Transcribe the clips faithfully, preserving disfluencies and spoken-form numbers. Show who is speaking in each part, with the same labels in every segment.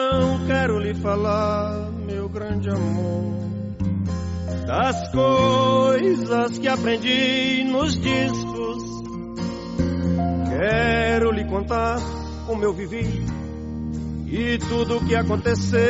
Speaker 1: Então quero lhe falar, meu grande amor, das coisas que aprendi nos discos. Quero lhe contar como eu vivi e tudo o que aconteceu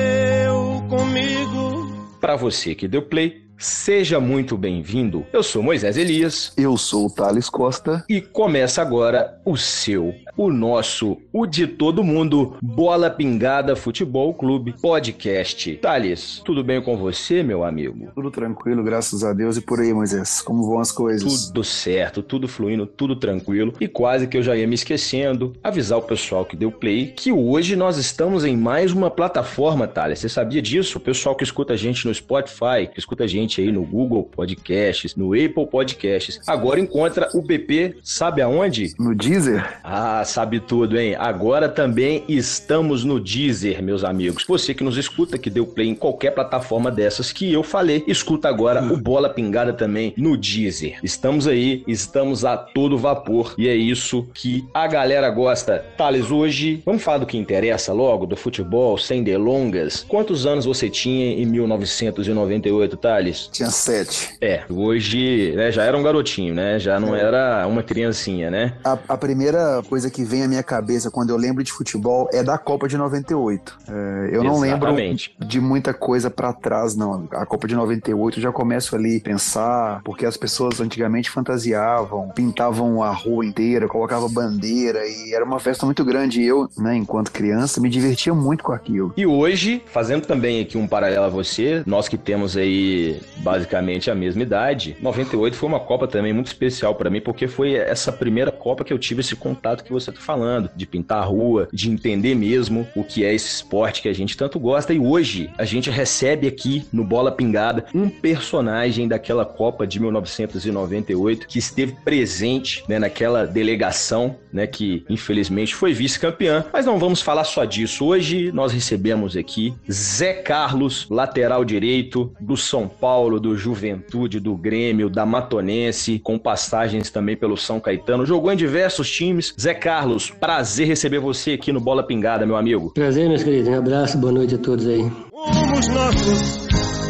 Speaker 1: comigo.
Speaker 2: Para você que deu play, seja muito bem-vindo. Eu sou Moisés Elias.
Speaker 3: Eu sou o Thales Costa.
Speaker 2: E começa agora o seu, o nosso, o de todo mundo, Bola Pingada Futebol Clube Podcast. Thales, tudo bem com você, meu amigo?
Speaker 3: Tudo tranquilo, graças a Deus. E por aí, Moisés, como vão as coisas?
Speaker 2: Tudo certo, tudo fluindo, tudo tranquilo. E quase que eu já ia me esquecendo, avisar o pessoal que deu play, que hoje nós estamos em mais uma plataforma, Thales. Você sabia disso? O pessoal que escuta a gente no Spotify, que escuta a gente aí no Google Podcasts, no Apple Podcasts. Agora encontra o B P, sabe aonde?
Speaker 3: No Deezer?
Speaker 2: Ah, sabe tudo, hein? Agora também estamos no Deezer, meus amigos. Você que nos escuta, que deu play em qualquer plataforma dessas que eu falei, escuta agora o Bola Pingada também no Deezer. Estamos aí, estamos a todo vapor e é isso que a galera gosta. Thales, hoje, vamos falar do que interessa logo, do futebol, sem delongas. Quantos anos você tinha em mil novecentos e noventa e oito, Thales?
Speaker 3: Tinha sete.
Speaker 2: É, hoje, né, já era um garotinho, né? Já não é. era uma criancinha, né?
Speaker 3: A, a primeira coisa que vem à minha cabeça quando eu lembro de futebol é da Copa de noventa e oito. É, eu não
Speaker 2: Exatamente.
Speaker 3: lembro de muita coisa pra trás, não. A Copa de noventa e oito eu já começo ali a pensar, porque as pessoas antigamente fantasiavam, pintavam a rua inteira, colocavam bandeira e era uma festa muito grande. E eu, né, enquanto criança, me divertia muito com aquilo.
Speaker 2: E hoje, fazendo também aqui um paralelo a você, nós que temos aí basicamente a mesma idade, noventa e oito foi uma Copa também muito especial pra mim, porque foi essa primeira Copa que eu tive esse contato que você tá falando, de pintar a rua, de entender mesmo o que é esse esporte que a gente tanto gosta. E hoje a gente recebe aqui no Bola Pingada um personagem daquela Copa de mil novecentos e noventa e oito que esteve presente, né, naquela delegação, né, que infelizmente foi vice-campeã, mas não vamos falar só disso. Hoje nós recebemos aqui Zé Carlos, lateral direito do São Paulo, do Juventude, do Grêmio, da Matonense, com passagens também pelo São Caetano, jogou em diversos times. Zé Carlos, prazer receber você aqui no Bola Pingada, meu amigo.
Speaker 4: Prazer, meus queridos, um abraço, boa noite a todos aí.
Speaker 1: Como os nossos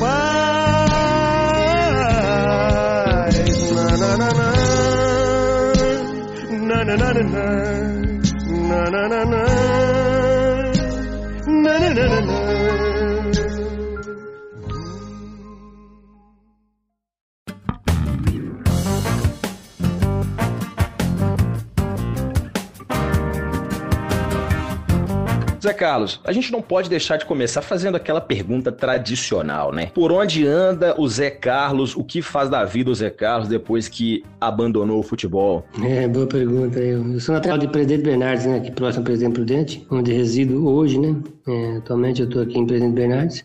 Speaker 1: pais, na na na na, na na na na, na na na na, na na na na.
Speaker 2: Zé Carlos, a gente não pode deixar de começar fazendo aquela pergunta tradicional, né? Por onde anda o Zé Carlos? O que faz da vida o Zé Carlos depois que abandonou o futebol?
Speaker 4: É, boa pergunta. Eu, eu sou natural de Presidente Bernardes, né? Aqui próximo ao Presidente Prudente, onde resido hoje, né? É, atualmente eu estou aqui em Presidente Bernardes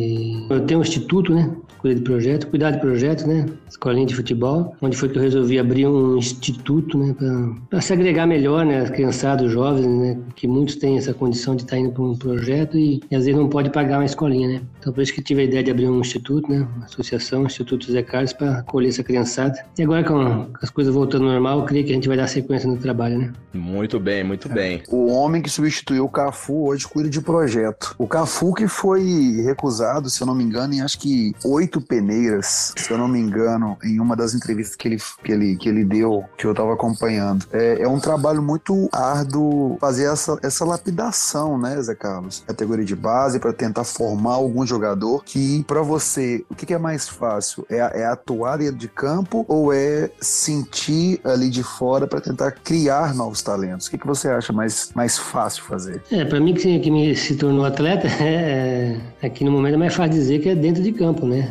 Speaker 4: e eu tenho um instituto, né? Cuida de projeto, cuidar de projetos, né? Escolinha de futebol, onde foi que eu resolvi abrir um instituto, né? Para se agregar melhor, né? As criançadas, os jovens, né? Que muitos têm essa condição de estar indo para um projeto e, e às vezes não pode pagar uma escolinha, né? Então por isso que tive a ideia de abrir um instituto, né? Uma associação, Instituto Zé Carlos, para acolher essa criançada. E agora com as coisas voltando ao normal, eu creio que a gente vai dar sequência no trabalho, né?
Speaker 2: Muito bem, muito bem.
Speaker 3: O homem que substituiu o Cafu hoje cuida de projeto. O Cafu que foi recusado, se eu não me engano, em acho que oito peneiras, se eu não me engano, em uma das entrevistas que ele, que ele, que ele deu, que eu estava acompanhando. É, é um trabalho muito árduo fazer essa, essa lapidação, né, Zé Carlos? Categoria de base para tentar formar algum jogador que, para você, o que, que é mais fácil? É, é atuar dentro de campo ou é sentir ali de fora para tentar criar novos talentos? O que, que você acha mais, mais fácil fazer?
Speaker 4: É, para mim que, que me se tornou atleta, é, aqui no momento é mais fácil dizer que é dentro de campo, né?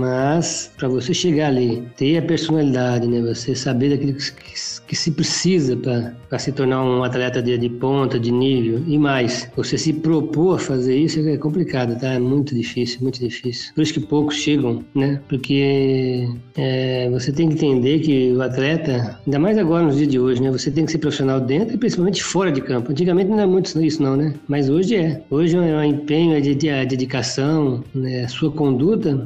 Speaker 4: Mas para você chegar ali, ter a personalidade, né? Você saber daquilo que, que, que se precisa para se tornar um atleta de, de ponta, de nível e mais. Você se propor a fazer isso é complicado, tá? É muito difícil, muito difícil. Por isso que poucos chegam, né? Porque é, você tem que entender que o atleta, ainda mais agora nos dias de hoje, né? Você tem que ser profissional dentro e principalmente fora de campo. Antigamente não era muito isso não, né? Mas hoje é. Hoje é o empenho, a dedicação, né? A sua conduta, às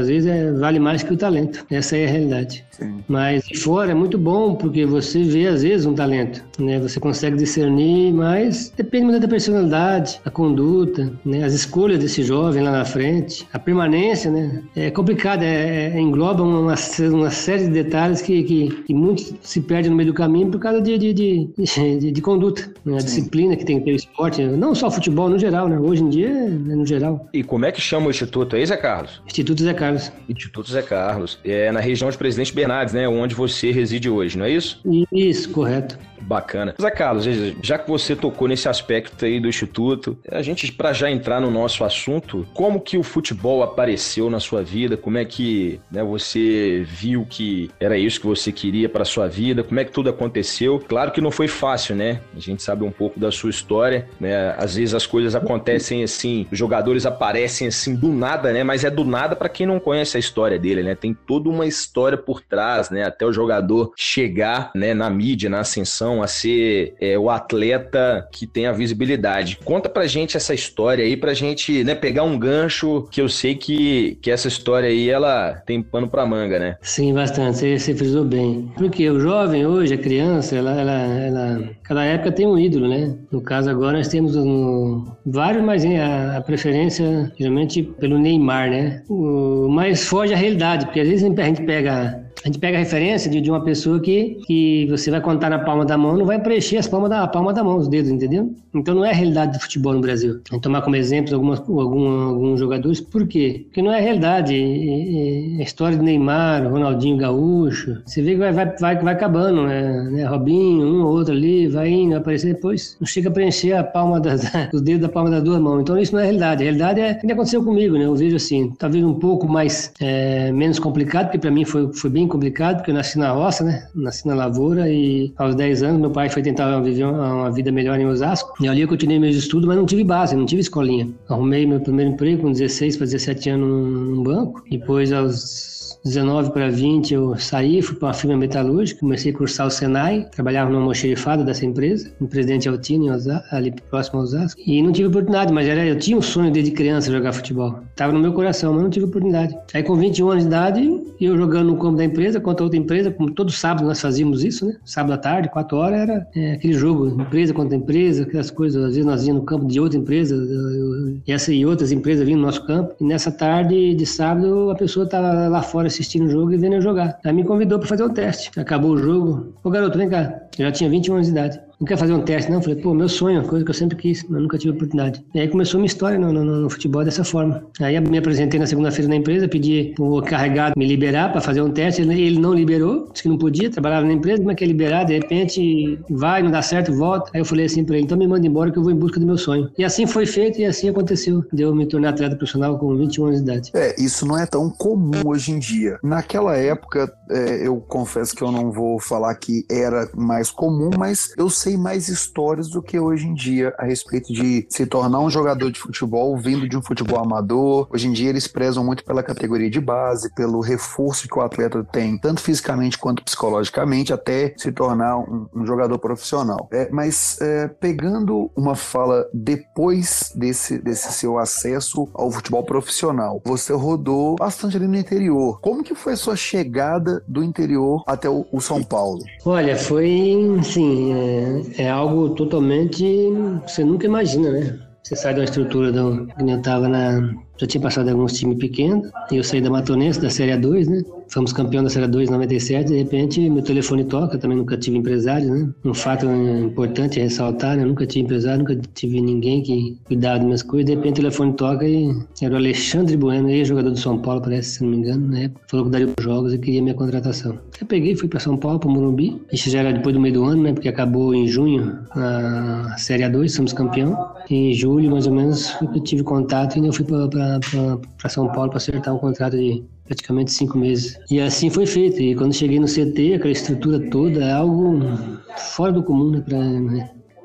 Speaker 4: vezes é, vale mais que o talento. Essa é a realidade.
Speaker 3: Sim.
Speaker 4: Mas de fora é muito bom, porque você vê às vezes um talento, né? Você consegue discernir, mas depende muito da personalidade, a conduta, né? As escolhas desse jovem lá na frente, a permanência, né? É complicado, é, é, engloba uma, uma série de detalhes que, que, que muitos se perdem no meio do caminho por causa de, de, de, de, de conduta, né? A disciplina que tem que ter o esporte, não só o futebol, no geral, né? Hoje em dia é no geral.
Speaker 2: E como é que chama o Instituto aí, Zé Carlos?
Speaker 4: Instituto Zé Carlos.
Speaker 2: Instituto Zé Carlos. É na região de Presidente Bernardes, né? Onde você reside hoje, não é isso?
Speaker 4: Isso, correto.
Speaker 2: Bacana. Zé Carlos, já que você tocou nesse aspecto aí do Instituto, a gente, para já entrar no nosso assunto, como que o futebol apareceu na sua vida? Como é que, né, você viu que era isso que você queria para sua vida? Como é que tudo aconteceu? Claro que não foi fácil, né? A gente sabe um pouco da sua história, né? Às vezes as coisas acontecem assim, os jogadores aparecem assim do nada, né? Mas é do nada para quem não conhece a história dele, né? Tem toda uma história por trás, né? Até o jogador chegar, né, na mídia, na ascensão, a ser é, o atleta que tem a visibilidade. Conta pra gente essa história aí, pra gente, né, pegar um gancho, que eu sei que, que essa história aí, ela tem pano pra manga, né?
Speaker 4: Sim, bastante, você, você frisou bem. Porque o jovem hoje, a criança, ela, ela, ela, cada época tem um ídolo, né? No caso agora nós temos um, vários, mas a, a preferência geralmente pelo Neymar, né? O, mas foge à realidade, porque às vezes a gente pega... A gente pega a referência de, de uma pessoa que, que você vai contar na palma da mão, não vai preencher as palmas da, a palma da mão, os dedos, entendeu? Então não é a realidade do futebol no Brasil. Vamos tomar como exemplo algumas, algum, alguns jogadores. Por quê? Porque não é a realidade. É, é a história de Neymar, Ronaldinho Gaúcho, você vê que vai, vai, vai, vai acabando, né? né? Robinho, um ou outro ali, vai indo, vai aparecer depois. Não chega a preencher a palma da, da, os dedos da palma das duas mãos. Então isso não é a realidade. A realidade é o que aconteceu comigo, né? Eu vejo assim, talvez um pouco mais, é, menos complicado, porque para mim foi, foi bem complicado, porque eu nasci na roça, né? Nasci na lavoura e aos dez anos meu pai foi tentar viver uma, uma vida melhor em Osasco. E ali eu continuei meus estudos, mas não tive base, não tive escolinha. Arrumei meu primeiro emprego com dezesseis para dezessete anos num banco. Depois, aos dezenove para vinte, eu saí, fui para uma firma metalúrgica, comecei a cursar o Senai, trabalhava numa almoxerifada dessa empresa, no Presidente Altino, em Osasco, ali próximo a Osasco. E não tive oportunidade, mas era, eu tinha um sonho desde criança jogar futebol. Estava no meu coração, mas não tive oportunidade. Aí com vinte e um anos de idade, eu jogando no campo da empresa, contra outra empresa, como todo sábado nós fazíamos isso, né? Sábado à tarde, quatro horas, era é, aquele jogo, empresa contra empresa, aquelas coisas. Às vezes nós íamos no campo de outra empresa, eu, e essa e outras empresas vinham no nosso campo. E nessa tarde de sábado, a pessoa estava lá fora assistindo o jogo e vendo eu jogar. Aí me convidou para fazer um teste. Acabou o jogo. Ô garoto, vem cá. Eu já tinha vinte e um anos de idade. Não quer fazer um teste, não? Eu falei, pô, meu sonho, coisa que eu sempre quis, mas nunca tive oportunidade. E aí começou minha história no, no, no futebol dessa forma. Aí me apresentei na segunda-feira na empresa, pedi o carregado me liberar para fazer um teste, ele, ele não liberou, disse que não podia, trabalhava na empresa, como é que é liberar? De repente vai, não dá certo, volta. Aí eu falei assim para ele, então me manda embora que eu vou em busca do meu sonho. E assim foi feito e assim aconteceu. Deu me tornar atleta profissional com vinte e um anos de idade.
Speaker 3: É, isso não é tão comum hoje em dia. Naquela época, é, eu confesso que eu não vou falar que era mais comum, mas eu sei mais histórias do que hoje em dia a respeito de se tornar um jogador de futebol vindo de um futebol amador. Hoje em dia eles prezam muito pela categoria de base, pelo reforço que o atleta tem, tanto fisicamente quanto psicologicamente, até se tornar um, um jogador profissional. É, mas é, pegando uma fala depois desse, desse seu acesso ao futebol profissional, você rodou bastante ali no interior. Como que foi a sua chegada do interior até o, o São Paulo?
Speaker 4: Olha, foi, sim, é, é algo totalmente, você nunca imagina, né? Você sai de uma estrutura do, que eu estava na... Já tinha passado em alguns times pequenos, e eu saí da Matonense, da Série A dois, né? Fomos campeão da Série A dois em noventa e sete, de repente meu telefone toca, também nunca tive empresário, né? Um fato importante é ressaltar, né? Eu nunca tive empresário, nunca tive ninguém que cuidava das minhas coisas, de repente o telefone toca e era o Alexandre Bueno, ex-jogador do São Paulo, parece, se não me engano, né? Falou que daria os jogos e queria minha contratação. Eu peguei, fui para São Paulo, para o Morumbi, isso já era depois do meio do ano, né? Porque acabou em junho a Série A dois, somos campeão, e em julho, mais ou menos, eu tive contato e eu fui para para São Paulo para acertar um contrato de praticamente cinco meses. E assim foi feito. E quando cheguei no C T, aquela estrutura toda, é algo fora do comum, né, para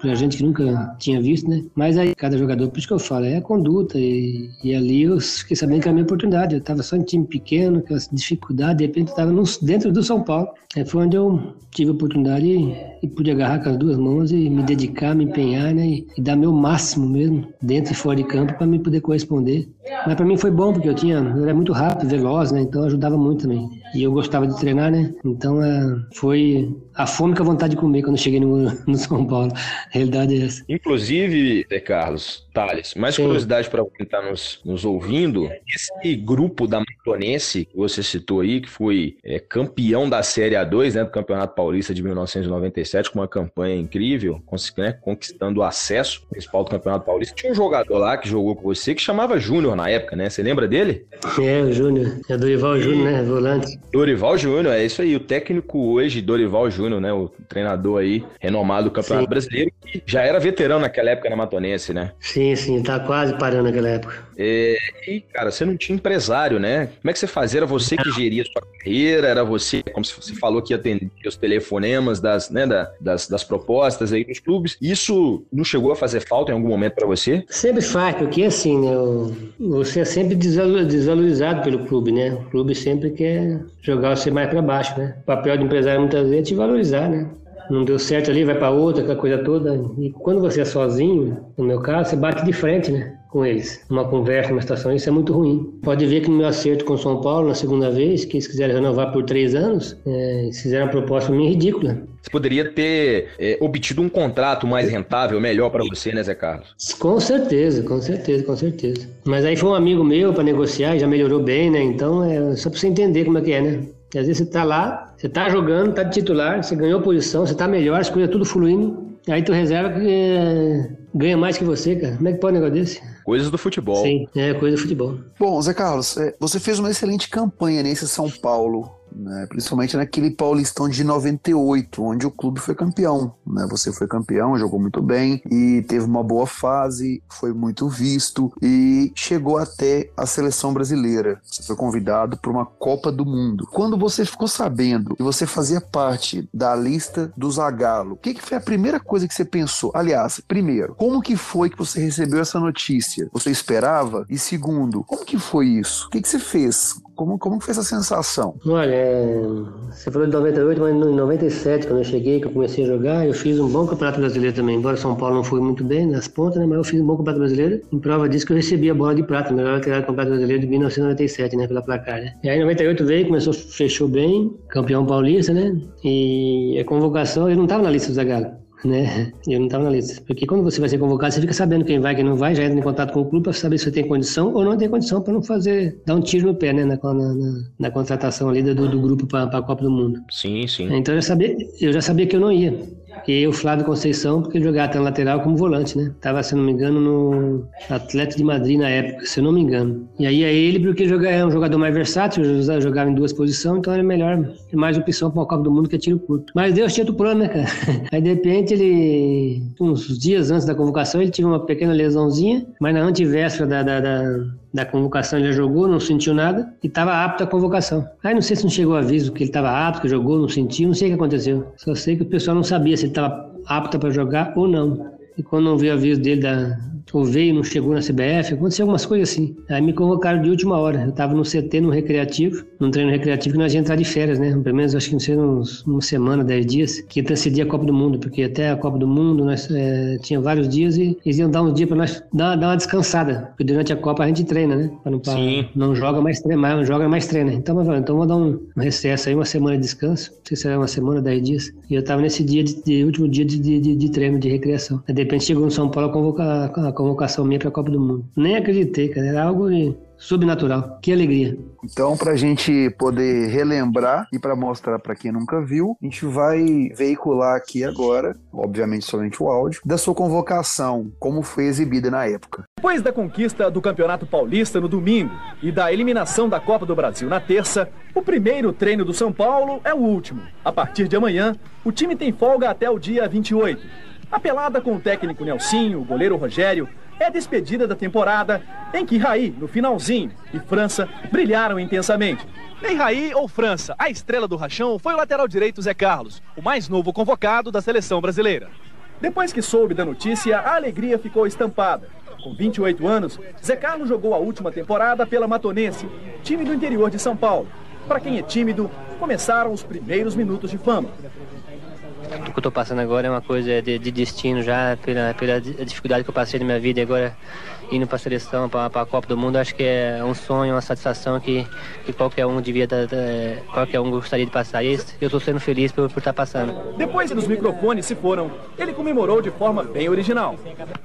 Speaker 4: pra gente que nunca tinha visto, né? Mas aí cada jogador, por isso que eu falo, é a conduta e, e ali eu fiquei sabendo que era a minha oportunidade. Eu tava só em time pequeno, com essa dificuldade, de repente eu tava no, dentro do São Paulo. Aí foi onde eu tive a oportunidade e, e pude agarrar com as duas mãos e me dedicar, me empenhar, né? E, e dar meu máximo mesmo, dentro e fora de campo, para me poder corresponder. Mas para mim foi bom, porque eu tinha, eu era muito rápido, veloz, né? Então ajudava muito também. E eu gostava de treinar, né? Então é, foi a fome com a vontade de comer quando eu cheguei no, no São Paulo. A realidade é essa.
Speaker 2: Inclusive, Carlos, Thales, mais Sim. curiosidade para quem está nos, nos ouvindo, esse grupo da Matonense que você citou aí, que foi é, campeão da Série A dois, né, do Campeonato Paulista de mil novecentos e noventa e sete, com uma campanha incrível, né, conquistando o acesso principal do Campeonato Paulista. Tinha um jogador lá que jogou com você que chamava Júnior na época, né? Você lembra dele?
Speaker 4: É, o Júnior. É Dorival Júnior, né? Volante.
Speaker 2: Dorival Júnior, é isso aí. O técnico hoje, Dorival Júnior, né? O treinador aí, renomado do Campeonato sim. Brasileiro, que já era veterano naquela época na Matonense, né?
Speaker 4: Sim, sim. Tá quase parando naquela época.
Speaker 2: É, e, cara, você não tinha empresário, né? Como é que você fazia? Era você que geria a sua carreira? Era você, como você falou, que atendia os telefonemas das, né, da, das, das propostas aí dos clubes. Isso não chegou a fazer falta em algum momento pra você?
Speaker 4: Sempre faz, porque assim, né? Você é sempre desvalorizado pelo clube, né? O clube sempre quer jogar você mais pra baixo, né? O papel de empresário muitas vezes é te valorizar, né? Não deu certo ali, vai pra outra, aquela coisa toda. E quando você é sozinho, no meu caso, você bate de frente, né? Com eles. Uma conversa, uma situação, isso é muito ruim. Pode ver que no meu acerto com o São Paulo, na segunda vez, que eles quiseram renovar por três anos, é, eles fizeram uma proposta pra mim ridícula.
Speaker 2: Você poderia ter é, obtido um contrato mais rentável, melhor para você, né, Zé Carlos?
Speaker 4: Com certeza, com certeza, com certeza. Mas aí foi um amigo meu para negociar, já melhorou bem, né? Então, é só para você entender como é que é, né? Às vezes você tá lá, você tá jogando, tá de titular, você ganhou posição, você tá melhor, as coisas tudo fluindo. Aí tu reserva que é, ganha mais que você, cara. Como é que pode um negócio desse?
Speaker 2: Coisas do futebol.
Speaker 4: Sim, é coisa do futebol.
Speaker 3: Bom, Zé Carlos, você fez uma excelente campanha nesse São Paulo, né? Principalmente naquele Paulistão de noventa e oito, onde o clube foi campeão, né? Você foi campeão, jogou muito bem e teve uma boa fase, foi muito visto e chegou até a seleção brasileira. Você foi convidado para uma Copa do Mundo. Quando você ficou sabendo que você fazia parte da lista do Zagallo, o que, que foi a primeira coisa que você pensou? Aliás, primeiro, como que foi que você recebeu essa notícia? Você esperava? E segundo, como que foi isso? O que, que você fez? Como, como foi essa sensação?
Speaker 4: Olha, é... você falou de noventa e oito, mas em noventa e sete, quando eu cheguei, que eu comecei a jogar, eu fiz um bom campeonato brasileiro também. Embora São Paulo não foi muito bem nas pontas, né? Mas eu fiz um bom campeonato brasileiro. Em prova disso que eu recebi a bola de prata, melhor lateral do campeonato brasileiro de mil novecentos e noventa e sete, né? Pela placar, né? E aí em noventa e oito veio, começou, fechou bem, campeão paulista, né? E a convocação, eu não estava na lista do Zagallo. Né? Eu não estava na lista, porque quando você vai ser convocado, você fica sabendo quem vai, quem não vai, já entra em contato com o clube para saber se você tem condição ou não tem condição, para não fazer, dar um tiro no pé, né, na, na, na, na contratação ali do, do grupo para a Copa do Mundo.
Speaker 2: Sim, sim.
Speaker 4: Então eu já sabia, eu já sabia que eu não ia. E o Flávio Conceição, porque ele jogava até na lateral como volante, né? Tava, se não me engano, no Atlético de Madrid na época, se eu não me engano. E aí é ele, porque ele é um jogador mais versátil, jogava em duas posições, então era melhor, mais opção para uma Copa do Mundo que é tiro curto. Mas Deus tinha outro plano, né, cara? Aí de repente ele, uns dias antes da convocação, ele tive uma pequena lesãozinha, mas na antivéspera da, da, da, da convocação ele já jogou, não sentiu nada e estava apto à convocação. Aí não sei se não chegou o aviso que ele estava apto, que jogou, não sentiu, não sei o que aconteceu. Só sei que o pessoal não sabia se ele estava apto para jogar ou não. E quando não veio o aviso dele, da, ou veio, não chegou na C B F, aconteceu algumas coisas assim. Aí me convocaram de última hora. Eu estava no C T, no recreativo, num treino recreativo, que nós ia entrar de férias, né? Pelo menos acho que não sei, uns, uma semana, dez dias, que ia transcedir a Copa do Mundo, porque até a Copa do Mundo nós é, tinha vários dias e eles iam dar uns dias para nós dar, dar uma descansada, porque durante a Copa a gente treina, né? Pra não, pra,
Speaker 2: Sim.
Speaker 4: não joga mais treina, não joga mais treina. Então, mas, então vou dar um, um recesso aí, uma semana de descanso, não sei se era uma semana, dez dias. E eu estava nesse dia, de, de último dia de, de, de, de treino, de recreação. Aí, de repente chegou no São Paulo a, convoca, a convocação minha para a Copa do Mundo. Nem acreditei, cara, era algo subnatural. Que alegria.
Speaker 3: Então, para a gente poder relembrar e para mostrar para quem nunca viu, a gente vai veicular aqui agora, obviamente somente o áudio, da sua convocação, como foi exibida na época.
Speaker 5: Depois da conquista do Campeonato Paulista no domingo e da eliminação da Copa do Brasil na terça, o primeiro treino do São Paulo é o último. A partir de amanhã, o time tem folga até o dia vinte e oito. A pelada com o técnico Nelsinho, o goleiro Rogério, é a despedida da temporada em que Raí, no finalzinho, e França brilharam intensamente. Nem Raí ou França, a estrela do rachão foi o lateral direito Zé Carlos, o mais novo convocado da seleção brasileira. Depois que soube da notícia, a alegria ficou estampada. Com vinte e oito anos, Zé Carlos jogou a última temporada pela Matonense, time do interior de São Paulo. Para quem é tímido, começaram os primeiros minutos de fama.
Speaker 6: O que eu estou passando agora é uma coisa de, de destino já, pela, pela dificuldade que eu passei na minha vida, e agora indo para a seleção, para a Copa do Mundo, acho que é um sonho, uma satisfação que, que qualquer um devia, qualquer um gostaria de passar. E eu estou sendo feliz por, por estar passando.
Speaker 5: Depois que os microfones se foram, ele comemorou de forma bem original.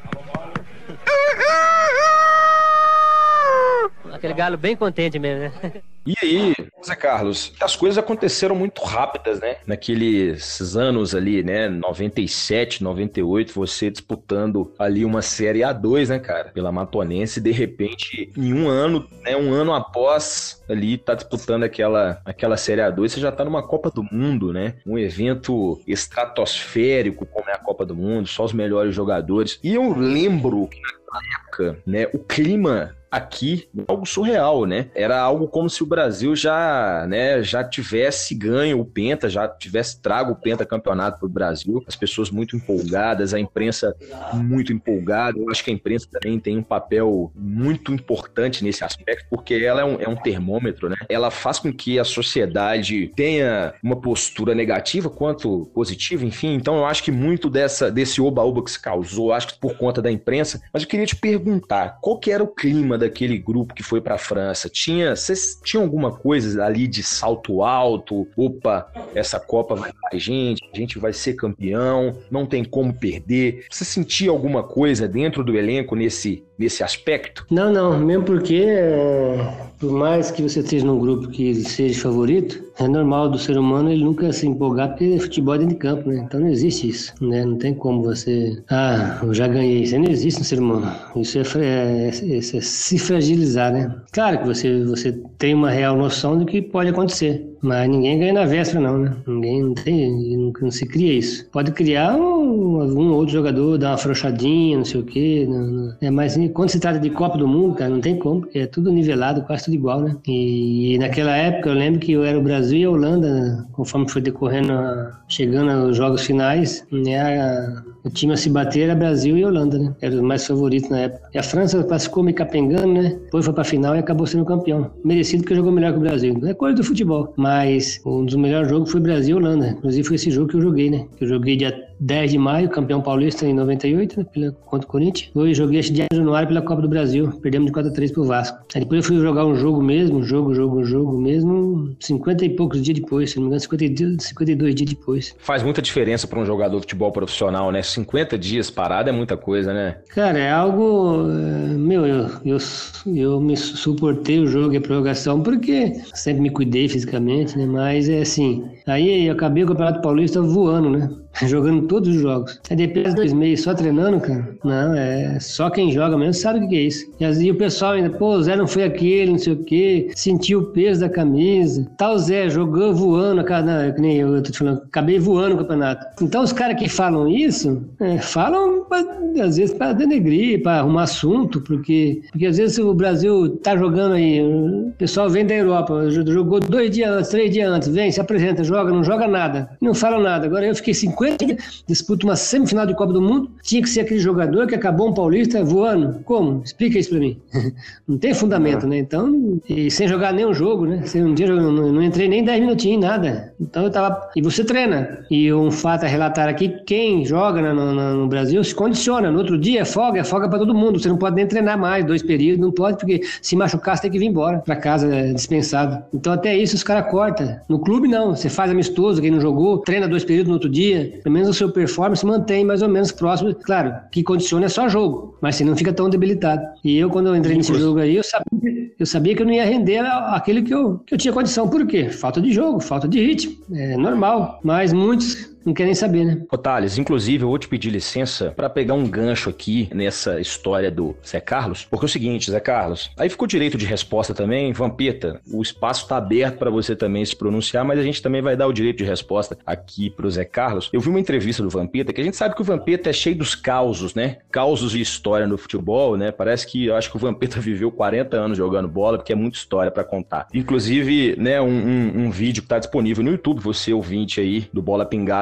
Speaker 6: Aquele galo bem contente mesmo, né?
Speaker 2: E aí, Zé Carlos, as coisas aconteceram muito rápidas, né? Naqueles anos ali, né? noventa e sete, noventa e oito, você disputando ali uma Série A dois, né, cara? Pela Matonense, e de repente, em um ano, né? Um ano após ali, tá disputando aquela, aquela Série A dois, você já tá numa Copa do Mundo, né? Um evento estratosférico, como é a Copa do Mundo, só os melhores jogadores. E eu lembro que naquela época, né? O clima aqui, algo surreal, né? Era algo como se o Brasil já, né, já tivesse ganho o Penta, já tivesse trago o Penta campeonato para o Brasil. As pessoas muito empolgadas, a imprensa muito empolgada. Eu acho que a imprensa também tem um papel muito importante nesse aspecto, porque ela é um, é um termômetro, né? Ela faz com que a sociedade tenha uma postura negativa quanto positiva, enfim. Então eu acho que muito dessa, desse oba-oba que se causou, acho que por conta da imprensa. Mas eu queria te perguntar, qual que era o clima daquele grupo que foi para a França? Tinha, vocês tinham alguma coisa ali de salto alto? Opa, essa Copa vai pra gente, a gente vai ser campeão, não tem como perder. Você sentia alguma coisa dentro do elenco nesse, nesse aspecto?
Speaker 4: Não, não, mesmo porque é, por mais que você esteja num grupo que seja favorito, é normal do ser humano ele nunca se empolgar, porque futebol é dentro de campo, né? Então não existe isso, né? Não tem como você, ah, eu já ganhei, isso não existe no ser humano. Isso é, é, é, é se fragilizar, né? Claro que você, você tem uma real noção do que pode acontecer, mas ninguém ganha na véspera não, né? Ninguém não tem, não, não se cria isso. Pode criar um, um outro jogador, dar uma afrouxadinha, não sei o quê, não, não. É, mas quando se trata de Copa do Mundo, cara, não tem como, porque é tudo nivelado, quase tudo igual, né? E, e naquela época eu lembro que eu era o Brasil e a Holanda, conforme foi decorrendo, a, chegando aos jogos finais, né? A, o time a se bater era Brasil e Holanda, né? Eram os mais favoritos na época. E a França classificou meio capengando, né? Depois foi pra final e acabou sendo campeão. Merecido porque jogou melhor que o Brasil. Não é coisa do futebol. Mas um dos melhores jogos foi Brasil e Holanda. Inclusive foi esse jogo que eu joguei, né? Eu joguei dia dez de maio, campeão paulista em noventa e oito, né? Pela, contra o Corinthians. Hoje joguei dia de januário pela Copa do Brasil. Perdemos de quatro a três pro Vasco. Aí depois eu fui jogar um jogo mesmo, jogo, jogo, jogo mesmo, cinquenta e poucos dias depois, se não me engano, cinquenta e dois dias depois.
Speaker 2: Faz muita diferença para um jogador de futebol profissional, né? cinquenta dias parado é muita coisa, né?
Speaker 4: Cara, é algo... Meu, eu, eu, eu me suportei o jogo e a prorrogação porque sempre me cuidei fisicamente, né? Mas é assim... Aí eu acabei o Campeonato Paulista voando, né? Jogando todos os jogos. Aí depois de dois meses só treinando, cara, não, é só quem joga mesmo sabe o que é isso. E, as, e o pessoal ainda, pô, o Zé não foi aquele, não sei o quê, sentiu o peso da camisa. Tal Zé jogou voando, cara, que nem eu, eu tô te falando, acabei voando o campeonato. Então os caras que falam isso, é, falam pra, às vezes para denegrir, para arrumar assunto, porque, porque às vezes o Brasil tá jogando aí, o pessoal vem da Europa, jogou dois dias antes, três dias antes, vem, se apresenta, joga, não joga nada, não fala nada. Agora eu fiquei cinquenta disputa uma semifinal de Copa do Mundo, tinha que ser aquele jogador que acabou um paulista voando. Como? Explica isso pra mim. Não tem fundamento, né? Então, e sem jogar nenhum jogo, né? Sem um dia não, não entrei nem dez minutinhos, nada. Então eu tava... E você treina. E um fato a relatar aqui, quem joga no, no, no Brasil se condiciona. No outro dia é folga, é folga pra todo mundo. Você não pode nem treinar mais, dois períodos, não pode, porque se machucar você tem que vir embora pra casa, é dispensado. Então até isso os caras cortam. No clube não, você faz amistoso, quem não jogou, treina dois períodos no outro dia, pelo menos o seu performance mantém mais ou menos próximo. Claro, que condiciona é só jogo, mas você não fica tão debilitado. E eu, quando eu entrei nesse jogo aí, eu sabia, eu sabia que eu não ia render aquele que eu, que eu tinha condição. Por quê? Falta de jogo, falta de ritmo. É normal, mas muitos não querem saber, né?
Speaker 2: Ô Thales, inclusive eu vou te pedir licença para pegar um gancho aqui nessa história do Zé Carlos, porque é o seguinte, Zé Carlos, aí ficou direito de resposta também, Vampeta, o espaço tá aberto para você também se pronunciar, mas a gente também vai dar o direito de resposta aqui pro Zé Carlos. Eu vi uma entrevista do Vampeta, que a gente sabe que o Vampeta é cheio dos causos, né? Causos e história no futebol, né? Parece que eu acho que o Vampeta viveu quarenta anos jogando bola, porque é muita história para contar. Inclusive, né, um, um, um vídeo que tá disponível no YouTube, você ouvinte aí do Bola Pingada,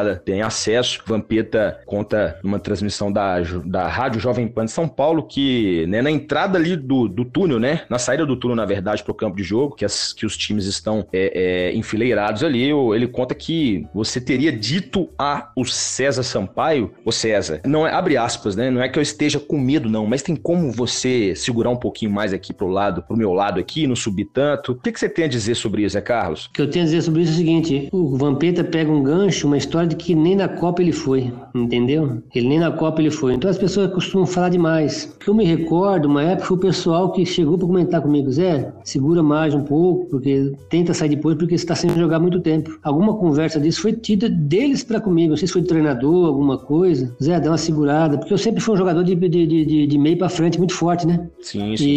Speaker 2: molecada tem acesso. Vampeta conta numa transmissão da, da Rádio Jovem Pan de São Paulo que, né, na entrada ali do, do túnel, né, na saída do túnel, na verdade, pro campo de jogo, que, as, que os times estão é, é, enfileirados ali, ele conta que você teria dito a o César Sampaio, ô César, não é, abre aspas, né, não é que eu esteja com medo não, mas tem como você segurar um pouquinho mais aqui pro lado, pro meu lado aqui, não subir tanto. O que, que você tem a dizer sobre isso, Zé Carlos?
Speaker 4: O que eu tenho a dizer sobre isso é o seguinte, o Vampeta pega um gancho, uma história de que nem na Copa ele foi, entendeu? Ele nem na Copa ele foi. Então as pessoas costumam falar demais. Eu me recordo, uma época foi o pessoal que chegou para comentar comigo, Zé, segura mais um pouco, porque tenta sair depois, porque você está sem jogar há muito tempo. Alguma conversa disso foi tida deles para comigo, não sei se foi do treinador, alguma coisa. Zé, dá uma segurada, porque eu sempre fui um jogador de, de, de, de meio para frente, muito forte, né?
Speaker 2: Sim, sim.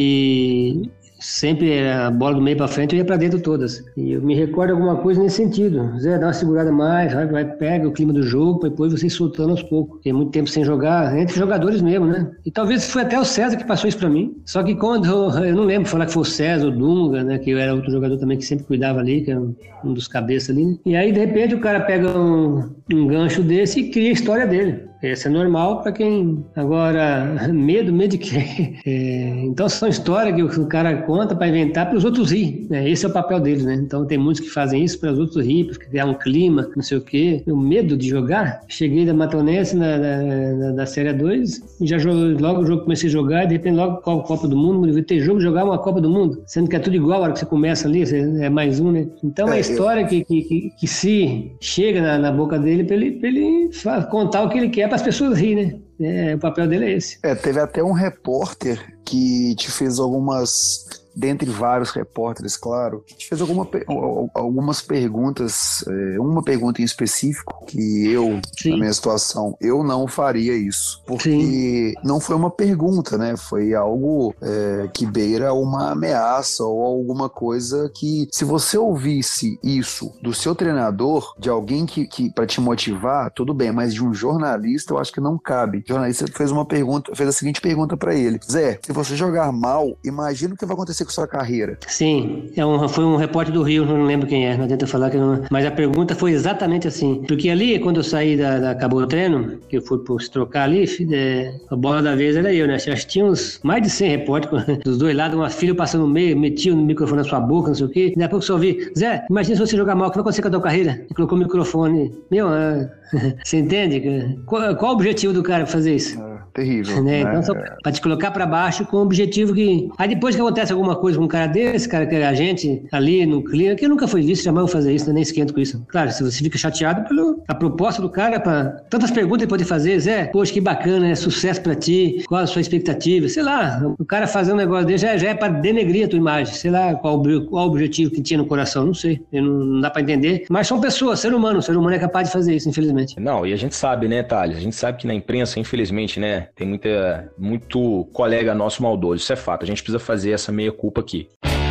Speaker 4: E sempre a bola do meio para frente eu ia para dentro todas. E eu me recordo alguma coisa nesse sentido. Zé, dá uma segurada mais, vai, vai, pega o clima do jogo, para depois você ir soltando aos poucos. Tem muito tempo sem jogar, entre jogadores mesmo, né? E talvez foi até o César que passou isso para mim. Só que quando, eu, eu não lembro falar que foi o César, o Dunga, né? Que eu era outro jogador também que sempre cuidava ali, que era um, um dos cabeças ali. Né? E aí, de repente, o cara pega um, um gancho desse e cria a história dele. Esse é normal para quem... Agora, medo, medo de quê? É, então, são histórias que o cara conta para inventar para os outros rir. Né? Esse é o papel deles, né? Então, tem muitos que fazem isso para os outros rir, para criar um clima, não sei o quê. O medo de jogar. Cheguei da Matonense na, na, na, da Série dois, e já joguei, logo o jogo comecei a jogar, e de repente logo a Copa do Mundo, eu ter jogo jogar uma Copa do Mundo, sendo que é tudo igual a hora que você começa ali, é mais um, né? Então, é a história que, que, que, que se chega na, na boca dele para ele, ele contar o que ele quer para as pessoas rirem, né? É, o papel dele é esse.
Speaker 3: É, teve até um repórter que te fez algumas, dentre vários repórteres, claro, que te fez alguma, algumas perguntas, uma pergunta em específico, que eu, Sim. na minha situação, eu não faria isso, porque Sim. não foi uma pergunta, né? Foi algo é, que beira uma ameaça ou alguma coisa que, se você ouvisse isso do seu treinador, de alguém que, que para te motivar, tudo bem, mas de um jornalista, eu acho que não cabe. O jornalista fez uma pergunta, fez a seguinte pergunta para ele: Zé, se você jogar mal, imagina o que vai acontecer com sua carreira.
Speaker 4: Sim, é um, foi um repórter do Rio, não lembro quem é, não adianta falar que não... Mas a pergunta foi exatamente assim, porque ali, quando eu saí da, da acabou o treino, que eu fui por se trocar ali, é, a bola da vez era eu, né? Acho que tinha uns mais de cem repórteres dos dois lados, uma filha passando no meio, metia o microfone na sua boca, não sei o quê, e daqui a pouco só ouvi: Zé, imagina se você jogar mal, o que vai acontecer com a tua carreira? E colocou o microfone. Meu, ah, você entende? Qual, qual o objetivo do cara fazer isso?
Speaker 3: É, terrível.
Speaker 4: Né?
Speaker 3: Né?
Speaker 4: Então, só pra te colocar pra baixo com o objetivo que... Aí depois que acontece alguma coisa com um cara desse, cara, que a gente ali no clima, que eu nunca fui visto, jamais vou fazer isso, nem esquento com isso. Claro, se você fica chateado pela proposta do cara, pra tantas perguntas ele pode fazer: Zé, poxa, que bacana, é sucesso pra ti, qual a sua expectativa? Sei lá, o cara fazer um negócio desse já, já é pra denegrir a tua imagem, sei lá qual, qual o objetivo que tinha no coração, não sei, não, não dá pra entender, mas são pessoas, ser humano, ser humano é capaz de fazer isso, infelizmente.
Speaker 2: Não, e a gente sabe, né, Thales, a gente sabe que na imprensa, infelizmente, né, tem muita, muito colega nosso maldoso, isso é fato, a gente precisa fazer essa meia-culpa aqui.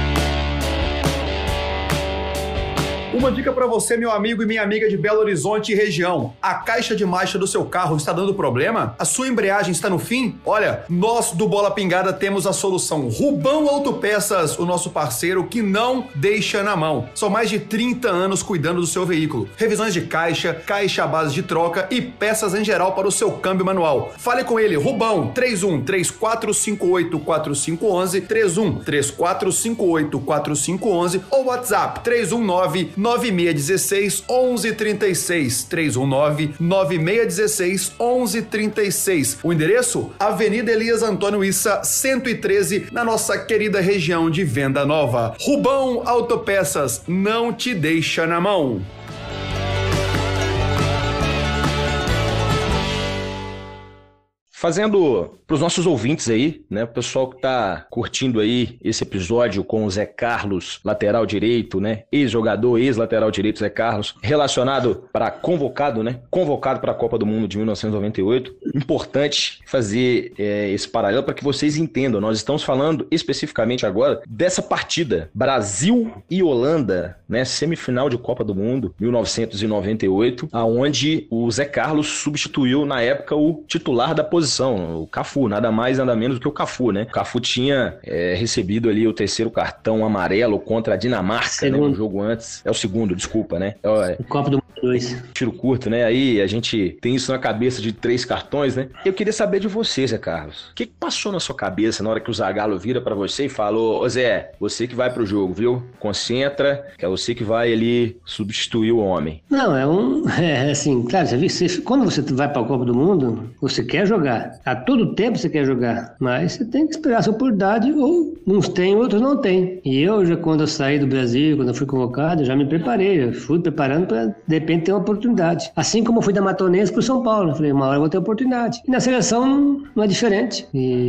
Speaker 7: Uma dica para você, meu amigo e minha amiga de Belo Horizonte e região. A caixa de marcha do seu carro está dando problema? A sua embreagem está no fim? Olha, nós do Bola Pingada temos a solução. Rubão Autopeças, o nosso parceiro que não deixa na mão. São mais de trinta anos cuidando do seu veículo. Revisões de caixa, caixa à base de troca e peças em geral para o seu câmbio manual. Fale com ele, Rubão, três um três quatro cinco oito quatro cinco um um, três um três quatro cinco oito quatro cinco um um ou WhatsApp três um nove nove seis um seis, um um três seis, três um nove, nove seis um seis, um um três seis. O endereço? Avenida Elias Antônio Issa, cento e treze, na nossa querida região de Venda Nova. Rubão Autopeças, não te deixa na mão.
Speaker 2: Fazendo para os nossos ouvintes aí, né, o pessoal que está curtindo aí esse episódio com o Zé Carlos, lateral direito, né, ex-jogador, ex-lateral direito Zé Carlos, relacionado para convocado, né, convocado para a Copa do Mundo de mil novecentos e noventa e oito. Importante fazer é, esse paralelo para que vocês entendam. Nós estamos falando especificamente agora dessa partida, Brasil e Holanda, né, semifinal de Copa do Mundo, mil novecentos e noventa e oito, aonde o Zé Carlos substituiu na época o titular da posição, o Cafu, nada mais, nada menos do que o Cafu, né? O Cafu tinha é, recebido ali o terceiro cartão amarelo contra a Dinamarca, né, no jogo antes. É o segundo, desculpa, né? É,
Speaker 4: o Copa do Dois.
Speaker 2: Tiro curto, né? Aí a gente tem isso na cabeça de três cartões, né? Eu queria saber de você, Zé Carlos. O que, que passou na sua cabeça na hora que o Zagallo vira pra você e fala: ô Zé, você que vai pro jogo, viu? Concentra, que é você que vai ali substituir o homem.
Speaker 4: Não, é um... É assim, claro, você, você, quando você vai pra Copa do Mundo, você quer jogar. A todo tempo você quer jogar. Mas você tem que esperar a sua oportunidade, ou uns tem, outros não tem. E eu, já quando eu saí do Brasil, quando eu fui convocado, eu já me preparei. Eu fui preparando pra, de repente, ter uma oportunidade. Assim como eu fui da Matonense pro São Paulo. Eu falei, uma hora eu vou ter oportunidade. E na seleção não, não é diferente.